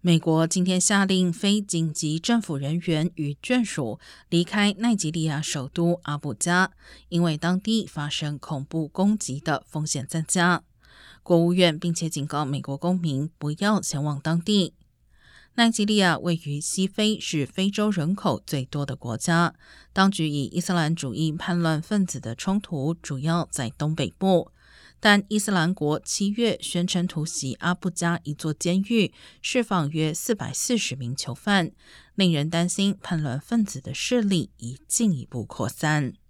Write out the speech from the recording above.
美国今天下令非紧急政府人员与眷属离开奈及利亚首都阿布加，因为当地发生恐怖攻击的风险增加。国务院并且警告美国公民不要前往当地。奈及利亚位于西非，是非洲人口最多的国家。当局以伊斯兰主义叛乱分子的冲突主要在东北部，但伊斯兰国7月宣称突袭阿布加一座监狱，释放约440名囚犯，令人担心叛乱分子的势力已进一步扩散。